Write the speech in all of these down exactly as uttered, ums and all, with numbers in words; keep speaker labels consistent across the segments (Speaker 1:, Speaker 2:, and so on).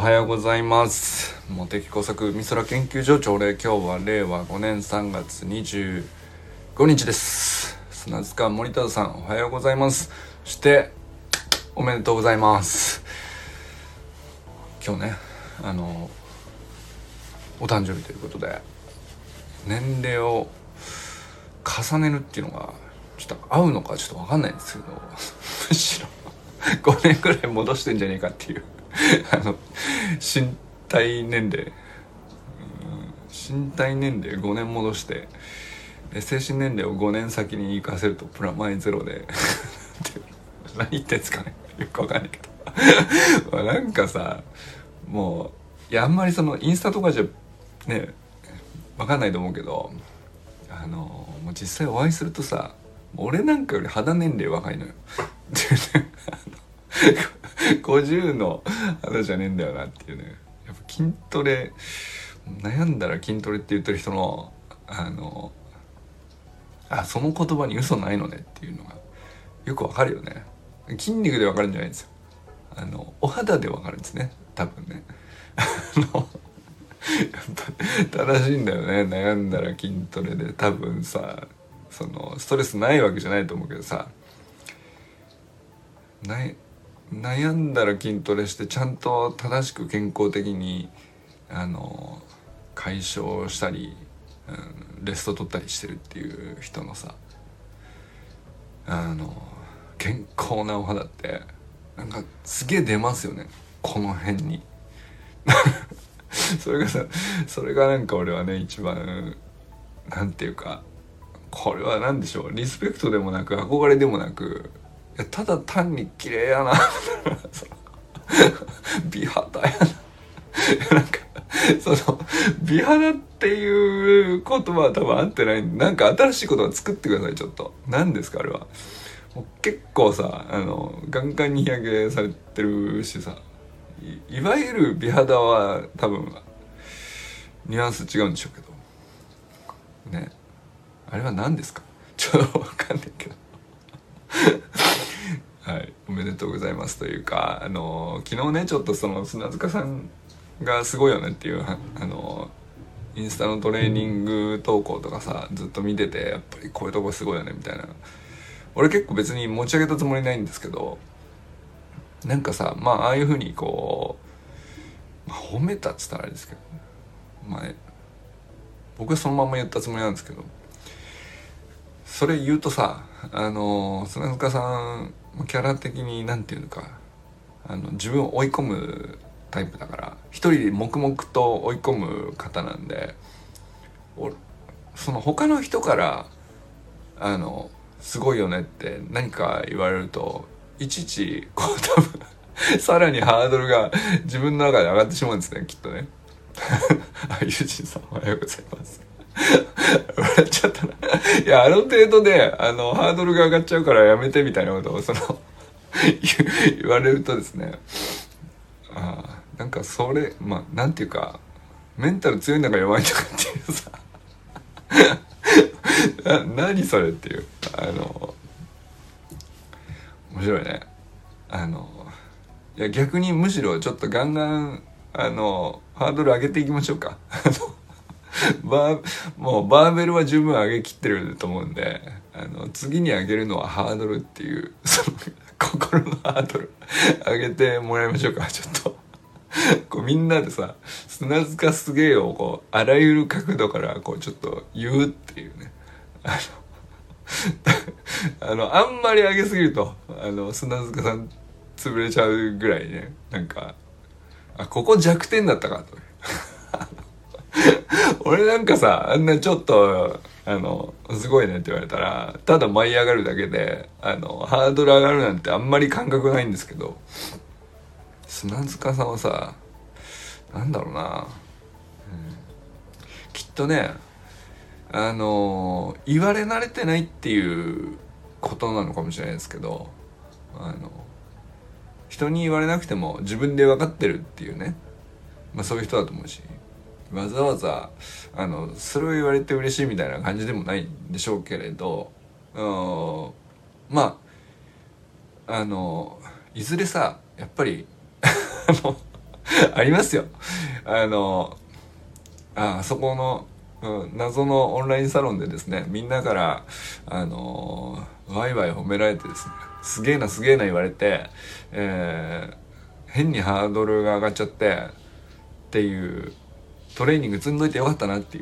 Speaker 1: はようございます。茂木工作美空研究所朝礼。今日はれいわごねんさんがつにじゅうごにちです。砂塚森田さん、おはようございます。そしておめでとうございます。今日ね、あのお誕生日ということで、年齢を重ねるっていうのがちょっと合うのかちょっと分かんないんですけどむしろごねんくらい戻してんじゃねえかっていうあの身体年齢、うん、身体年齢ごねん戻して精神年齢をごねん先に行かせるとプラマイゼロで何言ってんすかね、よくわかんないけどなんかさ、もういやあんまりそのインスタとかじゃねわかんないと思うけど、あのもう実際お会いするとさ、俺なんかより肌年齢若いのよごじゅうの肌じゃねえんだよなっていうね。やっぱ筋トレ悩んだら筋トレって言ってる人のあのあその言葉に嘘ないのねっていうのがよくわかるよね。筋肉でわかるんじゃないんですよ。あのお肌でわかるんですね、多分ね。あのやっぱ正しいんだよね。悩んだら筋トレで、多分さ、そのストレスないわけじゃないと思うけどさ、ない悩んだら筋トレしてちゃんと正しく健康的にあの解消したり、うん、レスト取ったりしてるっていう人のさ、あの健康なお肌ってなんかすげえ出ますよね、この辺にそれがさそれがなんか俺はね一番なんていうか、これはなんでしょう、リスペクトでもなく憧れでもなく、いやただ単に綺麗やな美肌やななんかその美肌っていう言葉は多分合ってない。なんか新しい言葉作ってください。ちょっと何ですかあれは。もう結構さ、あのガンガンに日焼けされてるしさ、 い, いわゆる美肌は多分ニュアンス違うんでしょうけどね。あれは何ですか、ちょっと分かんないけどはい、おめでとうございますというか、あの昨日ねちょっとその砂塚さんがすごいよねっていうあのインスタのトレーニング投稿とかさずっと見てて、やっぱりこういうとこすごいよねみたいな、俺結構別に持ち上げたつもりないんですけど、なんかさ、まあああいう風にこう、まあ、褒めたっつったらあれですけど、まあ、ね、僕はそのまま言ったつもりなんですけど、それ言うとさ、あの砂塚さんキャラ的になんていうのか、あの自分を追い込むタイプだから、一人で黙々と追い込む方なんで、その他の人からあのすごいよねって何か言われると、いちいちこう多分さらにハードルが自分の中で上がってしまうんですね、きっとねあ、ゆうじんさんおはようございます笑っちゃったな。いや、あの程度であのハードルが上がっちゃうからやめてみたいなことをその言われるとですね、あ、なんかそれ、まあなんていうか、メンタル強いんだか弱いんだかっていうさな何それっていう、あの面白いね。あのいや逆にむしろちょっとガンガンあのハードル上げていきましょうかバーもうバーベルは十分上げきってると思うんで、あの次に上げるのはハードルっていうその心のハードル上げてもらいましょうか。ちょっとこうみんなでさ、砂塚すげえをこうあらゆる角度からこうちょっと言うっていうね、あのあのあんまり上げすぎるとあの砂塚さん潰れちゃうぐらいね、なんかあここ弱点だったかと俺なんかさ、あんなちょっとあのすごいねって言われたらただ舞い上がるだけで、あのハードル上がるなんてあんまり感覚ないんですけど、砂塚さんはさ、なんだろうな、うん、きっとね、あの言われ慣れてないっていうことなのかもしれないですけど、あの人に言われなくても自分で分かってるっていうね、まあそういう人だと思うし、わざわざあのそれを言われて嬉しいみたいな感じでもないんでしょうけれど、うん、まああのいずれさ、やっぱりあのありますよ。あのあそこの、うん、謎のオンラインサロンでですね、みんなからあのワイワイ褒められてですね、すげえなすげえな言われて、えー、変にハードルが上がっちゃってっていう、トレーニング積んどいてよかったなっていう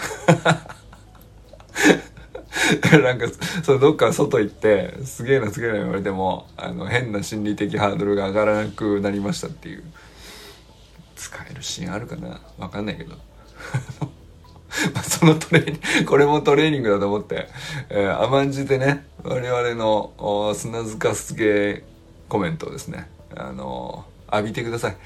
Speaker 1: なんかそうどっか外行ってすげえなすげえな言われても、あの変な心理的ハードルが上がらなくなりましたっていう。使えるシーンあるかな、わかんないけどまあそのトレーニング、これもトレーニングだと思って、えー、甘んじてね、我々の砂塚すげコメントをですね、あのー、浴びてください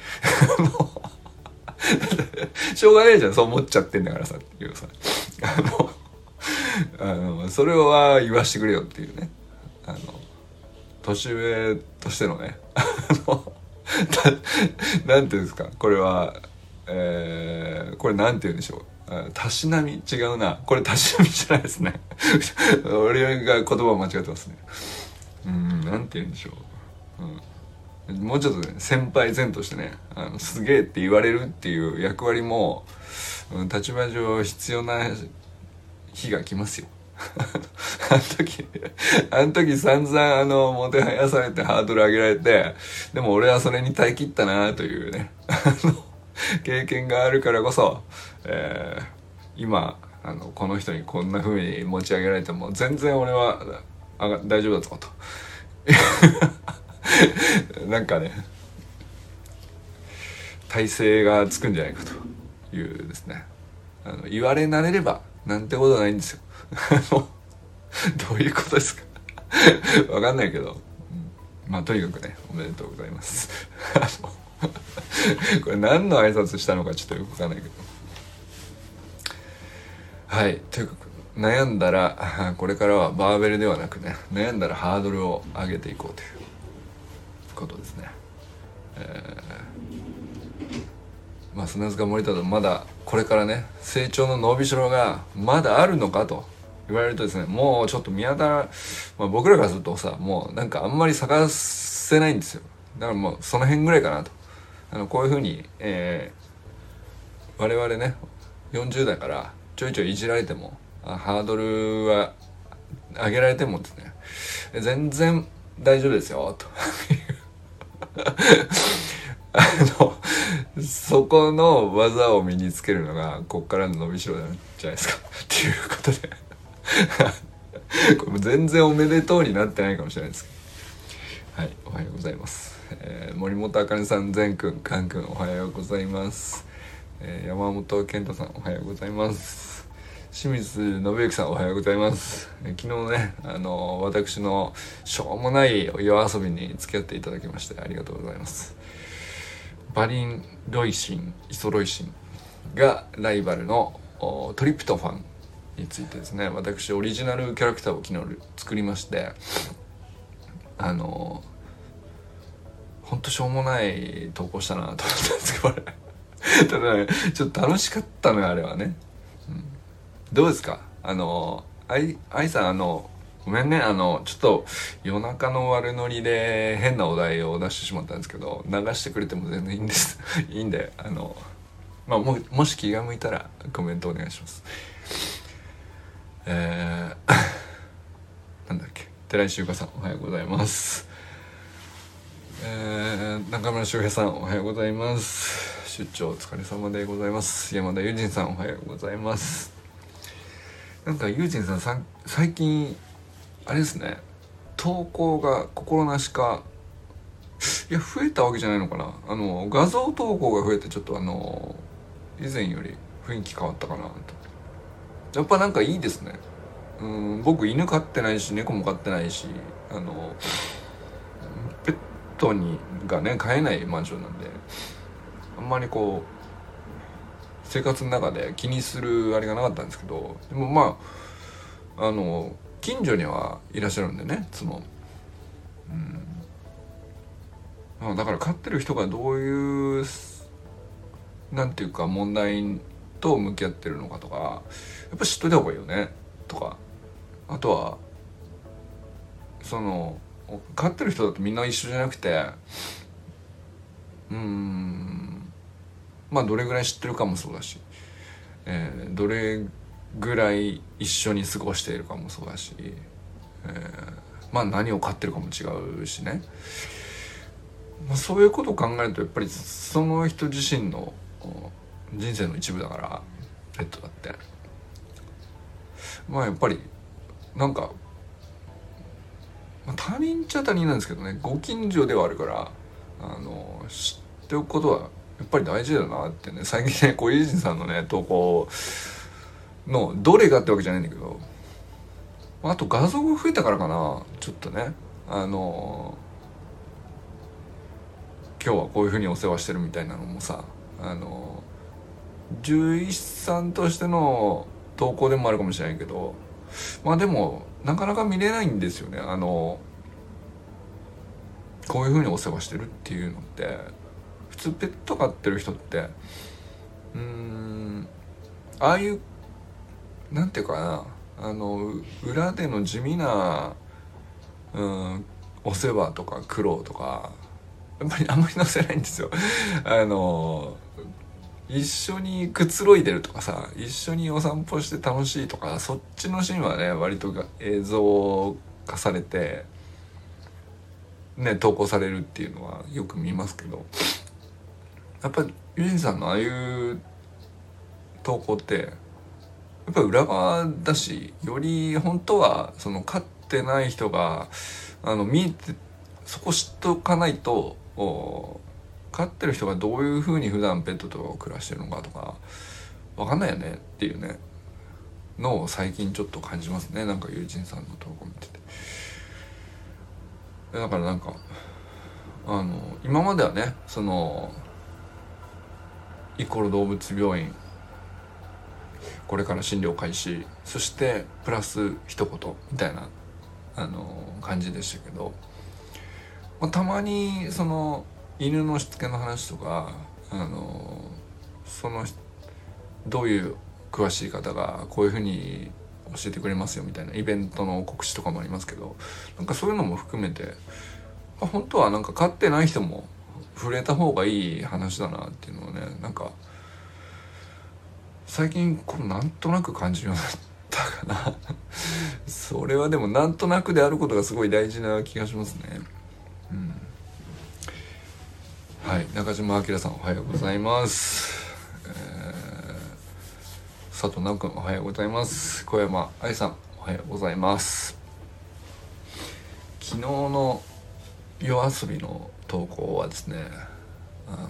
Speaker 1: しょうがないじゃん、そう思っちゃってんだからさっていうさ、あのあのそれは言わしてくれよっていうね、あの年上としてのね、あのなんていうんですかこれは、えー、これなんて言うんでしょう、たしなみ、違うな、これたしなみじゃないですね俺が言葉を間違ってますね。うん、なんて言うんでしょう、うん、もうちょっとね、先輩前としてね、あのすげえって言われるっていう役割も、うん、立場上必要な日が来ますよあの時あの時散々あのもてはやされてハードル上げられて、でも俺はそれに耐え切ったなというねあの経験があるからこそ、えー、今あのこの人にこんな風に持ち上げられても全然俺はあ大丈夫だぞとなんかね、体勢がつくんじゃないかというですね、あの言われ慣れればなんてことないんですよどういうことですかわかんないけど、うん、まあとにかくね、おめでとうございますこれ何の挨拶したのかちょっとよくわかんないけど、はい、というか悩んだらこれからはバーベルではなくね、悩んだらハードルを上げていこうということですね。えー、まあ砂塚森田とまだこれからね、成長の伸びしろがまだあるのかと言われるとですね、もうちょっと見当たら、まあ、僕らからするとさ、もうなんかあんまり探せないんですよ。だからもうその辺ぐらいかなと。あのこういうふうに、えー、我々ねよんじゅう代からちょいちょいいじられても、ハードルは上げられてもですね、全然大丈夫ですよとあのそこの技を身につけるのがこっからの伸びしろなんじゃないですかっていうことでこれも全然おめでとうになってないかもしれないですけど、はい、おはようございます、えー、森本あかねさん、善くん、かんくん、おはようございます、えー、山本健太さん、おはようございます、清水信之さん、おはようございます、えー、昨日ね、あのー、私のしょうもない夜遊びに付き合っていただきましてありがとうございます。バリンロイシン、イソロイシンがライバルのトリプトファンについてですね、私オリジナルキャラクターを昨日作りまして、あのほんとしょうもない投稿したなと思ったんですけど、あれただね、ちょっと楽しかったのよあれはね、うん、どうですか、あのあいあいさん、あのごめんね、あのちょっと夜中の悪ノリで変なお題を出してしまったんですけど、流してくれても全然いいんですいいんで、あのまあ も, もし気が向いたらコメントお願いします。えー、なんだっけ、寺井修香さん、おはようございます。えー、中村修平さん、おはようございます。出張お疲れ様でございます。山田友人さん、おはようございます。なんか友人さん、さ最近あれですね、投稿が心なしか、いや増えたわけじゃないのかな、あの画像投稿が増えて、ちょっとあの以前より雰囲気変わったかなと。やっぱなんかいいですね。うん、僕犬飼ってないし猫も飼ってないし、あのペットにがね飼えないマンションなんで、あんまりこう生活の中で気にするあれがなかったんですけど、でもまああの近所にはいらっしゃるんでね、その、うん、だから飼ってる人がどういうなんていうか問題と向き合ってるのかとか、やっぱ知っといた方がいいよねとか、あとはその飼ってる人だとみんな一緒じゃなくて、うーんまあどれぐらい知ってるかもそうだし、えー、どれぐらい一緒に過ごしているかもそうだし、えー、まあ何を買ってるかも違うしね、まあ、そういうことを考えるとやっぱりその人自身の人生の一部だから、ペットだってまあやっぱりなんか、まあ、他人っちゃ他人なんですけどね、ご近所ではあるから、あの知っておくことはやっぱり大事だなってね、最近ね小遊三さんのね投稿のどれがってわけじゃないんだけど、あと画像が増えたからかな、ちょっとね、あの今日はこういう風にお世話してるみたいなのもさ、あの獣医師さんとしての投稿でもあるかもしれないけど、まあでもなかなか見れないんですよね。あのこういう風にお世話してるっていうのって、普通ペット飼ってる人ってうーんああいうなんていうかな、あの裏での地味な、うん、お世話とか苦労とかやっぱりあんまり載せないんですよ。あの一緒にくつろいでるとかさ、一緒にお散歩して楽しいとか、そっちのシーンはね割と映像化されてね投稿されるっていうのはよく見ますけど、やっぱりユジンさんのああいう投稿ってやっぱり裏側だし、より本当はその飼ってない人があの見えて、そこ知っとかないと飼ってる人がどういう風に普段ペットと暮らしてるのかとか分かんないよねっていうねのを最近ちょっと感じますね。なんか友人さんの投稿見てて、だからなんかあの今まではね、そのイコロ動物病院これから診療開始、そしてプラス一言みたいなあの感じでしたけど、まあ、たまにその犬のしつけの話とか、あのそのどういう詳しい方がこういうふうに教えてくれますよみたいなイベントの告知とかもありますけど、なんかそういうのも含めて本当はなんか飼ってない人も触れた方がいい話だなっていうのをね、なんか最近こうなんとなく感じるようになったかなそれはでもなんとなくであることがすごい大事な気がしますね。うん、はい、中島明さんおはようございます。佐藤直君おはようございます。小山愛さんおはようございます。昨日の夜遊びの投稿はですね、あ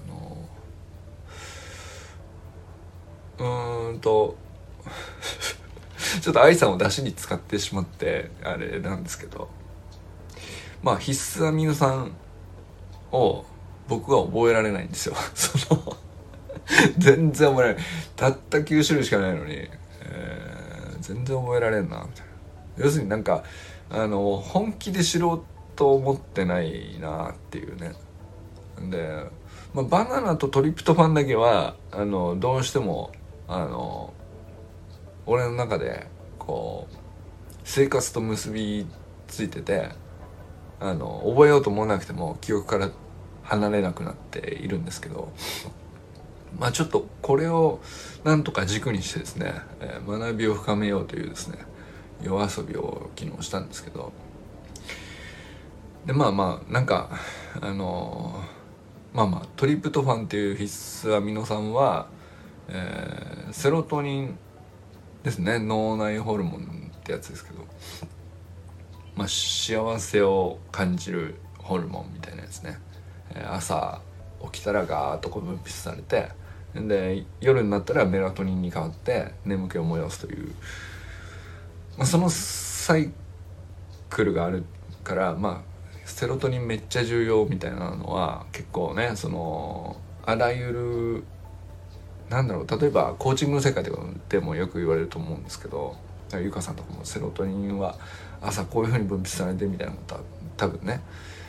Speaker 1: のうーんとちょっと愛さんを出しに使ってしまってあれなんですけど、まあ必須アミノ酸を僕は覚えられないんですよその全然覚えられない、たったきゅう種類しかないのに、えー、全然覚えられんなみたいな。要するになんかあの本気で知ろうと思ってないなっていうね。で、まあ、バナナとトリプトファンだけはあのどうしてもあの俺の中でこう生活と結びついてて、あの覚えようと思わなくても記憶から離れなくなっているんですけど、まあちょっとこれをなんとか軸にしてですね、えー、学びを深めようというですね夜遊びを昨日したんですけど、でまあまあなんかあのー、まあまあトリプトファンっていう必須アミノ酸は、えー、セロトニンですね、脳内ホルモンってやつですけど、まあ幸せを感じるホルモンみたいなやつね、えー、朝起きたらガーッとこう分泌されて、で夜になったらメラトニンに変わって眠気を催すという、まあ、そのサイクルがあるから、まあセロトニンめっちゃ重要みたいなのは結構ね、そのあらゆるなんだろう、例えばコーチングの世界でもよく言われると思うんですけど、ゆかさんとかもセロトニンは朝こういう風に分泌されてみたいなことは多分ね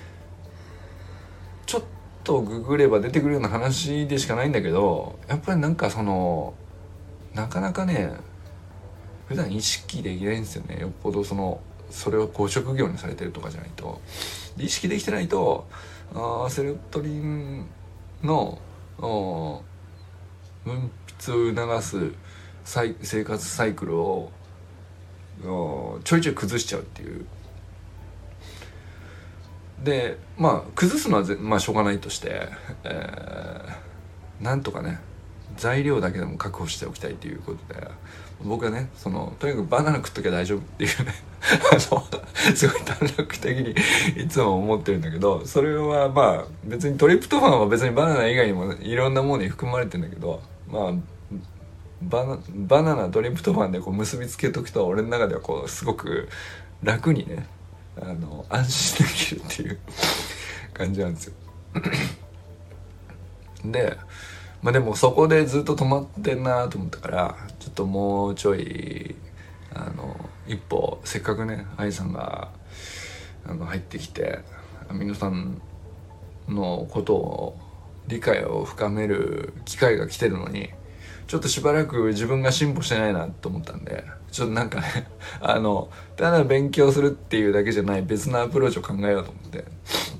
Speaker 1: ちょっとググれば出てくるような話でしかないんだけど、やっぱりなんかそのなかなかね普段意識できないんですよね。よっぽどそのそれをこう職業にされてるとかじゃないと、意識できてないと、あセロトニンの分泌を促すサイ生活サイクルをちょいちょい崩しちゃうっていう。でまあ崩すのはぜ、まあ、しょうがないとして、えー、なんとかね材料だけでも確保しておきたいということで、僕はねそのとにかくバナナ食っときゃ大丈夫っていうねあのすごい短絡的にいつも思ってるんだけど、それはまあ別にトリプトファンは別にバナナ以外にもいろんなものに含まれてるんだけど、まあバナバナナトリプトファンでこう結びつけとくと俺の中ではこうすごく楽にねあの安心できるっていう感じなんですよでまあでもそこでずっと止まってんなと思ったから、ちょっともうちょいあの一歩せっかくね愛さんがあの入ってきてアミノ酸のことを理解を深める機会が来てるのに、ちょっとしばらく自分が進歩してないなと思ったんで、ちょっとなんかねあのただ勉強するっていうだけじゃない別のアプローチを考えようと思って、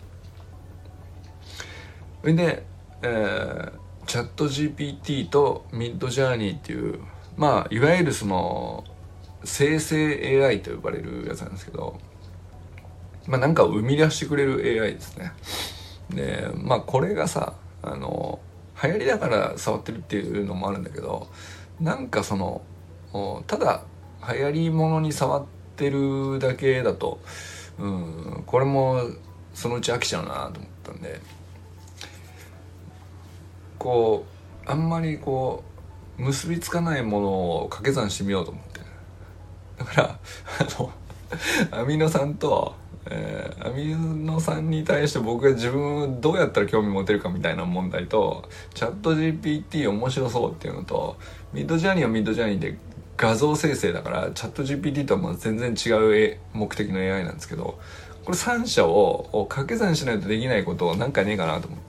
Speaker 1: それで、えー、チャット ジーピーティー とミッドジャーニーっていうまあいわゆるその生成 エーアイ と呼ばれるやつなんですけど、まあなんかを生み出してくれる エーアイ ですね。でまあこれがさあの流行りだから触ってるっていうのもあるんだけど、なんかそのただ流行りものに触ってるだけだと、うん、これもそのうち飽きちゃうなと思ったんで、こうあんまりこう結びつかないものを掛け算してみようと思って、だからあのアミノ酸と、えー、アミノ酸に対して僕が自分どうやったら興味持てるかみたいな問題と、チャット ジーピーティー 面白そうっていうのと、ミッドジャーニーはミッドジャーニーで画像生成だからチャット ジーピーティー とはもう全然違う目的の エーアイ なんですけど、これさん者を掛け算しないとできないことをなんかねえかなと思って、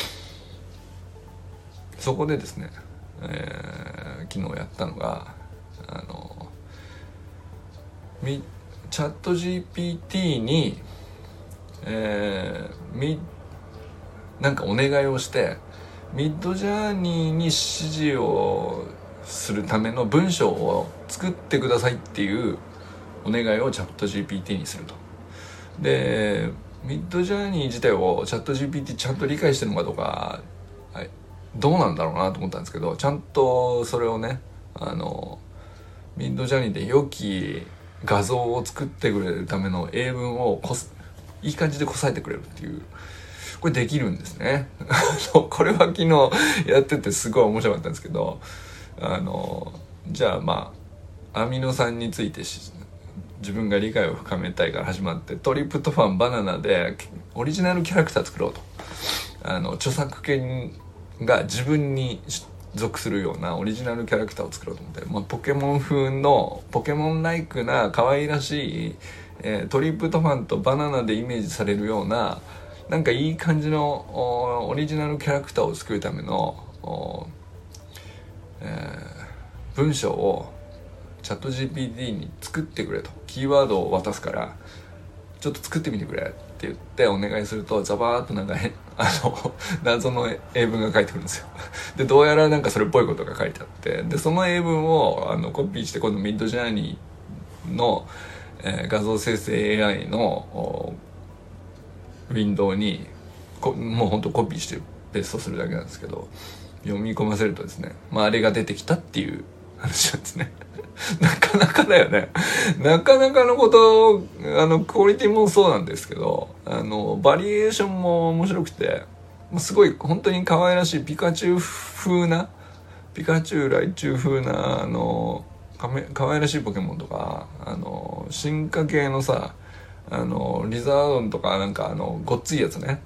Speaker 1: そこでですね、えー、昨日やったのがあのみチャット ジーピーティー に、えー、みなんかお願いをしてミッドジャーニーに指示をするための文章を作ってくださいっていうお願いをチャット ジーピーティー にすると。でミッドジャーニー自体をチャット ジーピーティー ちゃんと理解してるのかどうか、はい、どうなんだろうなと思ったんですけど、ちゃんとそれをねあのミッドジャーニーで良き画像を作ってくれるための英文をこすいい感じでこさえてくれるっていう、これできるんですねこれは昨日やっててすごい面白かったんですけど、あのじゃあまあアミノ酸について自分が理解を深めたいから始まって、トリプトファンバナナでオリジナルキャラクター作ろうと、あの著作権が自分に属するようなオリジナルキャラクターを作ろうと思って、まあ、ポケモン風のポケモンライクな可愛らしい、えー、トリプトファンとバナナでイメージされるようななんかいい感じのオリジナルキャラクターを作るための、えー、文章をチャット ジーピーティー に作ってくれと、キーワードを渡すからちょっと作ってみてくれって言ってお願いすると、ザバーっとなんかあの謎の英文が返ってくるんですよでどうやらなんかそれっぽいことが書いてあって、でその英文をあのコピーして今度ミッドジャーニーの、えー、画像生成 エーアイ のウィンドウにこもうほんとコピーしてペーストするだけなんですけど、読み込ませるとですね、まあ、あれが出てきたっていう話なんですねなかなかだよね。なかなかのことあのクオリティもそうなんですけど、あのバリエーションも面白くて、すごい本当に可愛らしいピカチュウ風なピカチュウライチュウ風なあのかめ可愛らしいポケモンとか、あの進化系のさあのリザードンとかなんかあのごっついやつね、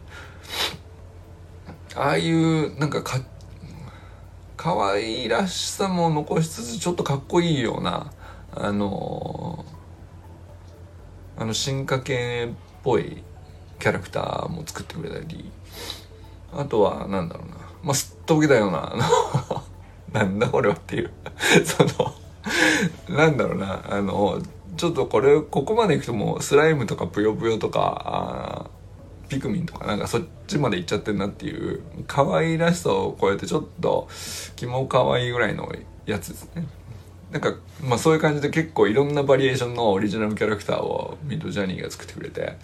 Speaker 1: ああいうなんかか可愛らしさも残しつつちょっとかっこいいようなあのあの進化系っぽいキャラクターも作ってくれたり、あとはなんだろうな、まあすっとぼけたようなあのなんだこれはっていうそのなんだろうな、あのちょっとこれここまでいくともうスライムとかぷよぷよとかピクミンとかなんかそっちまで行っちゃってるなっていう可愛らしさを超えてちょっとキモ可愛いぐらいのやつですね。なんかまあそういう感じで結構いろんなバリエーションのオリジナルキャラクターをミッドジャーニーが作ってくれて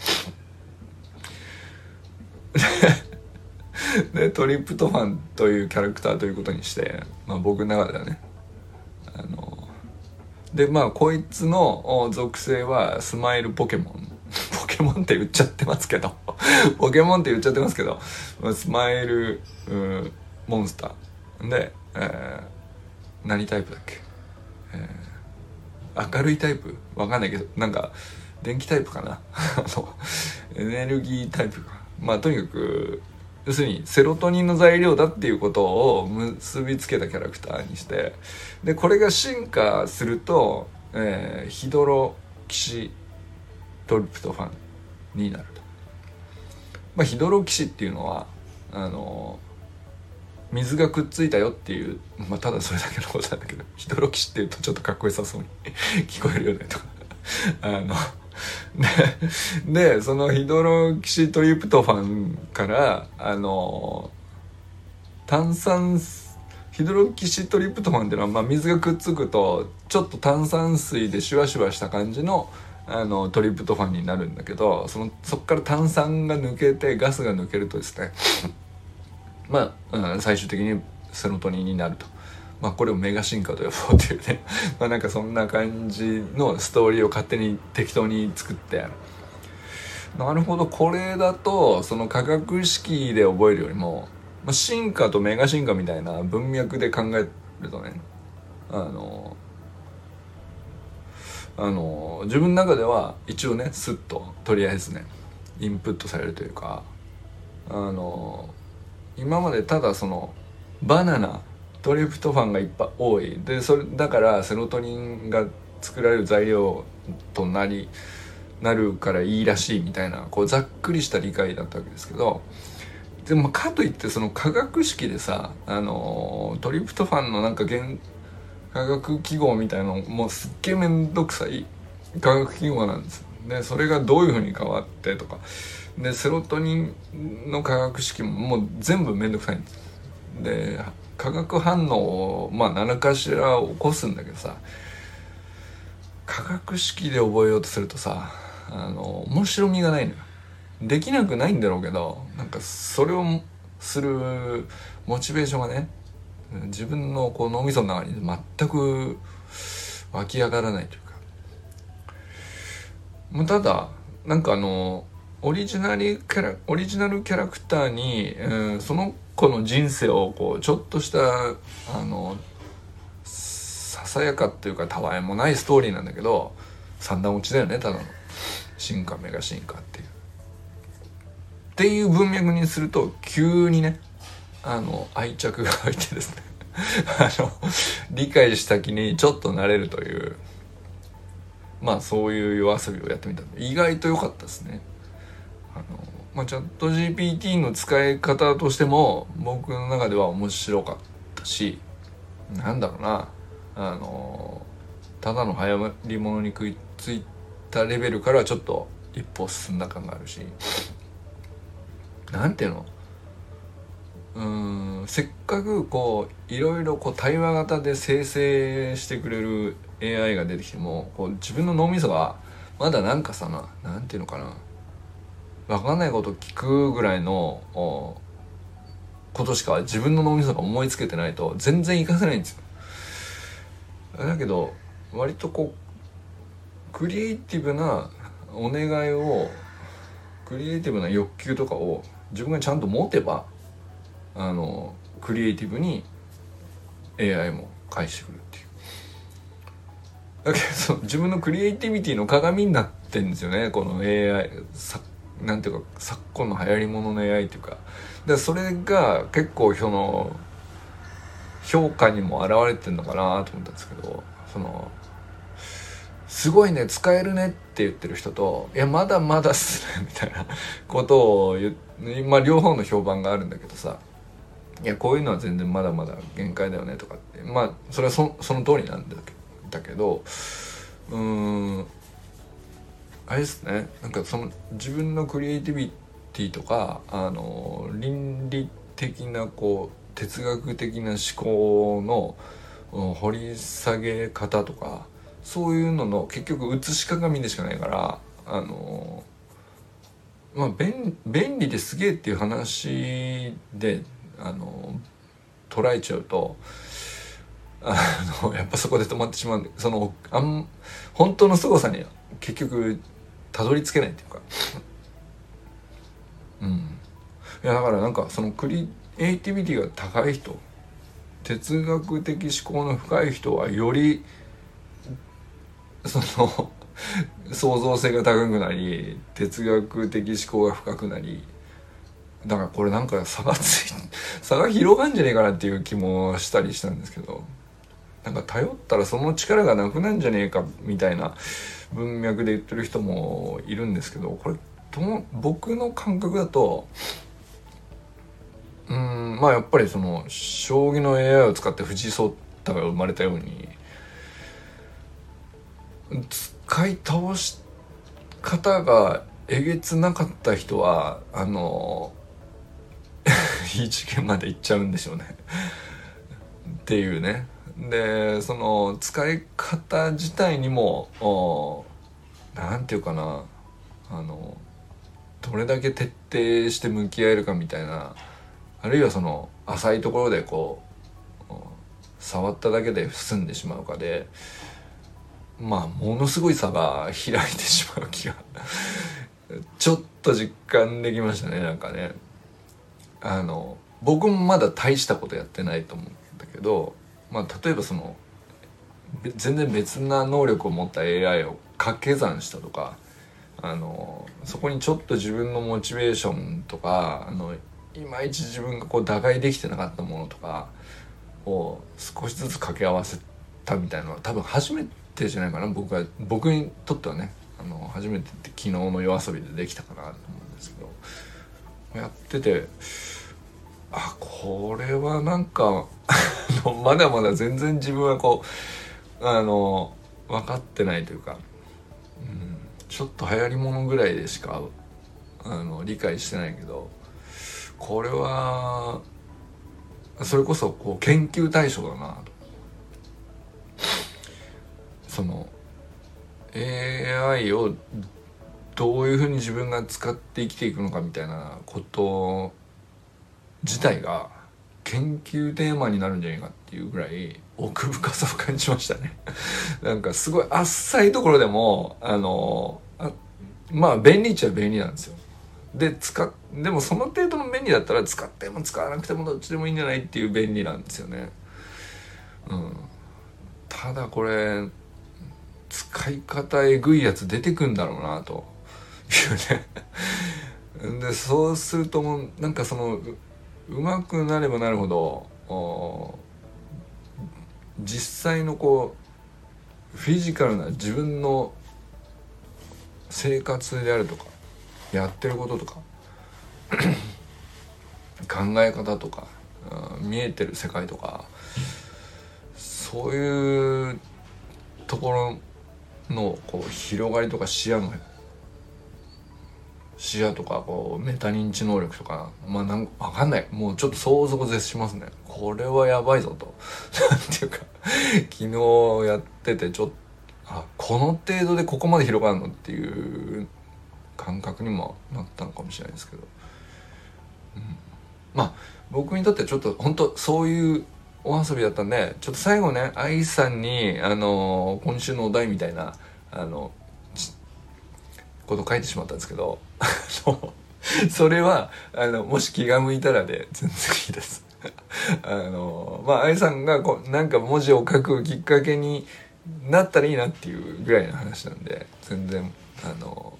Speaker 1: でトリプトファンというキャラクターということにして、まあ、僕の中ではねあのでまあこいつの属性はスマイルポケモンポケモンって言っちゃってますけどポケモンって言っちゃってますけどスマイルモンスターで、えー、何タイプだっけ、えー、明るいタイプわかんないけどなんか電気タイプかなエネルギータイプかまあとにかく要するにセロトニンの材料だっていうことを結びつけたキャラクターにしてでこれが進化すると、えー、ヒドロキシトリプトファンになると、まあ、ヒドロキシっていうのはあの水がくっついたよっていう、まあ、ただそれだけのことなんだけどヒドロキシっていうとちょっとかっこよさそうに聞こえるよねとかあので, でそのヒドロキシトリプトファンからあの炭酸ヒドロキシトリプトファンっていうのは、まあ、水がくっつくとちょっと炭酸水でシュワシュワした感じのあのトリプトファンになるんだけどそのそこから炭酸が抜けてガスが抜けるとですねまあ、うん、最終的にセロトニンになると、まあ、これをメガ進化と呼ぼうというねまあなんかそんな感じのストーリーを勝手に適当に作ってなるほどこれだとその化学式で覚えるよりも、まあ、進化とメガ進化みたいな文脈で考えるとねあのあの自分の中では一応ねスッととりあえずねインプットされるというかあの今までただそのバナナトリプトファンがいっぱい多いでそれだからセロトニンが作られる材料となりなるからいいらしいみたいなこうざっくりした理解だったわけですけどでもかといってその化学式でさあのトリプトファンのなんか原化学記号みたいなのもうすっげえめんどくさい化学記号なんですよ。でそれがどういう風に変わってとかでセロトニンの化学式ももう全部めんどくさいんです。で化学反応をまあ何かしら起こすんだけどさ化学式で覚えようとするとさあの面白みがないのよ。できなくないんだろうけどなんかそれをするモチベーションがね自分のこう脳みその中に全く湧き上がらないというかもうただなんかあのオリジナルキャラオリジナルキャラクターに、うん、その子の人生をこうちょっとしたあのささやかっていうかたわいもないストーリーなんだけど三段落ちだよねただの進化メガ進化っていうっていう文脈にすると急にねあの愛着が湧いてですねあの理解した気にちょっとなれるというまあそういう夜遊びをやってみたんで意外と良かったですね。あの、まあ、チャット ジーピーティー の使い方としても僕の中では面白かったしなんだろうなあのただの流行り物に食いついたレベルからちょっと一歩進んだ感があるしなんていうのうーんせっかくこういろいろこう対話型で生成してくれる エーアイ が出てきてもこう自分の脳みそがまだなんかさななんていうのかな分かんないこと聞くぐらいのことしか自分の脳みそが思いつけてないと全然活かせないんですよ。だけど割とこうクリエイティブなお願いをクリエイティブな欲求とかを自分がちゃんと持てばあのクリエイティブに エーアイ も返してくるっていうだけどその自分のクリエイティビティの鏡になってるんですよねこの エーアイ さなんていうか昨今の流行り物の エーアイ っていうかでそれが結構その評価にも表れてるのかなと思ったんですけどそのすごいね使えるねって言ってる人といやまだまだっすねみたいなことを言う、まあ、両方の評判があるんだけどさいやこういうのは全然まだまだ限界だよねとかってまあそれは そ, その通りなんだけどだけどうーんあれですねなんかその自分のクリエイティビティとかあの倫理的なこう哲学的な思考の掘り下げ方とかそういうのの結局写し鏡でしかないからあのまあ便便利ですげえっていう話であの捉えちゃうとあのやっぱそこで止まってしまうんでそのあん本当の凄さに結局たどり着けないっていうかうんいやだからなんかそのクリエイティビティが高い人哲学的思考の深い人はよりその創造性が高くなり哲学的思考が深くなりだからこれなんか差がつい差が広がんじゃねえかなっていう気もしたりしたんですけどなんか頼ったらその力がなくなんじゃねえかみたいな文脈で言ってる人もいるんですけどこれとも僕の感覚だとうーんまあやっぱりその将棋の エーアイ を使って藤井聡太が生まれたように使い倒し方がえげつなかった人はあのいい次元まで行っちゃうんでしょうねっていうねでその使い方自体にもなんていうかなあのどれだけ徹底して向き合えるかみたいなあるいはその浅いところでこう触っただけで済んでしまうかでまあものすごい差が開いてしまう気がちょっと実感できましたねなんかねあの僕もまだ大したことやってないと思うんだけどまあ例えばその全然別な能力を持った エーアイ を掛け算したとかあのそこにちょっと自分のモチベーションとかあのいまいち自分がこう打開できてなかったものとかを少しずつ掛け合わせたみたいなのは多分初めてじゃないかな僕は僕にとってはねあの初めてって昨日の夜遊びでできたかなと思うんですけどやっててあこれはなんかまだまだ全然自分はこうあの分かってないというか、うん、ちょっと流行りものぐらいでしかあの理解してないけどこれはそれこそこう研究対象だなとその エーアイ をどういうふうに自分が使って生きていくのかみたいなこと自体が研究テーマになるんじゃないかっていうぐらい奥深さを感じましたねなんかすごい浅いところでもあのあまあ便利っちゃ便利なんですよで使っでもその程度の便利だったら使っても使わなくてもどっちでもいいんじゃないっていう便利なんですよねうんただこれ使い方えぐいやつ出てくんだろうなというねでそうするともうなんかその上手くなればなるほど実際のこうフィジカルな自分の生活であるとかやってることとか考え方とか見えてる世界とかそういうところのこう広がりとか視野の視野とかこうメタ認知能力とかまあなんか分かんないもうちょっと想像を絶しますねこれはやばいぞとなんていうか昨日やっててちょっとあこの程度でここまで広がるのっていう感覚にもなったのかもしれないですけど、うん、まあ僕にとってはちょっと本当そういうお遊びだったんでちょっと最後ね愛さんにあの今週のお題みたいなあのこと書いてしまったんですけどそれはあのもし気が向いたらで全然いいですあのまあ愛さんがこうなんか文字を書くきっかけになったらいいなっていうぐらいの話なんで全然あの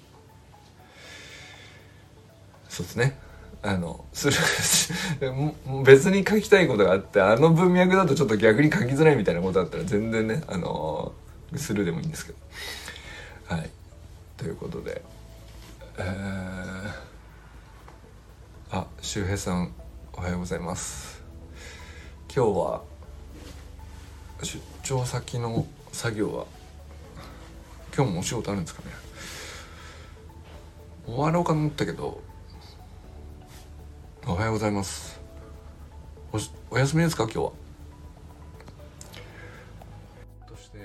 Speaker 1: そうですねあのする別に書きたいことがあってあの文脈だとちょっと逆に書きづらいみたいなことだったら全然ねあのするでもいいんですけどはいということでえー、あ周平さんおはようございます今日は出張先の作業は今日もお仕事あるんですかね終わろうかと思ったけどおはようございます。お, お休みですか今日は。そして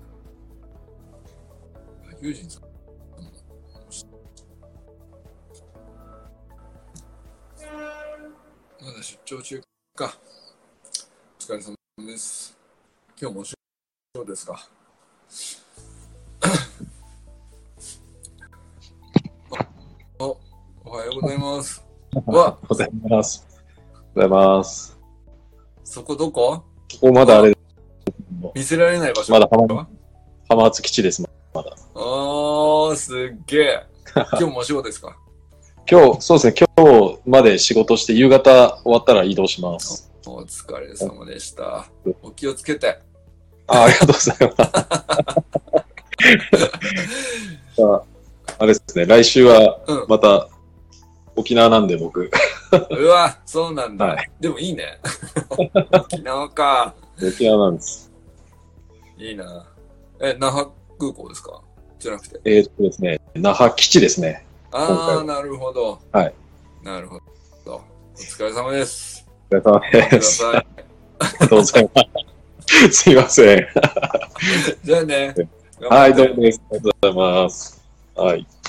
Speaker 1: ユージンさんまだ出張中か。お疲れ様です。今日もお仕事ですか。お, おはようございます。わ
Speaker 2: おはようございます。おはようございます。
Speaker 1: そこどこ？
Speaker 2: ここまだあれ
Speaker 1: 見せられない場所。
Speaker 2: まだ浜浜松基地です。まだ。
Speaker 1: あー、すっげえ。今日もお仕事ですか？
Speaker 2: 今日、そうですね、今日まで仕事して夕方終わったら移動します。
Speaker 1: お, お疲れ様でした。お気をつけて。
Speaker 2: あ, ありがとうございますあ。あれですね、来週はまた沖縄なんで僕。
Speaker 1: うわ、そうなんだ。はい、でもいいね。沖縄か。
Speaker 2: 沖縄なんです。
Speaker 1: いいな。え、那覇空港ですか？じゃなくて。
Speaker 2: えー、っとですね、那覇基地ですね。
Speaker 1: ああ、なるほど。
Speaker 2: はい。
Speaker 1: なるほど。お疲れ様です。
Speaker 2: お疲れ様です。ありがとうございます。すいません。
Speaker 1: じゃあね。
Speaker 2: はい、どうもです。ありがとうございます。はい。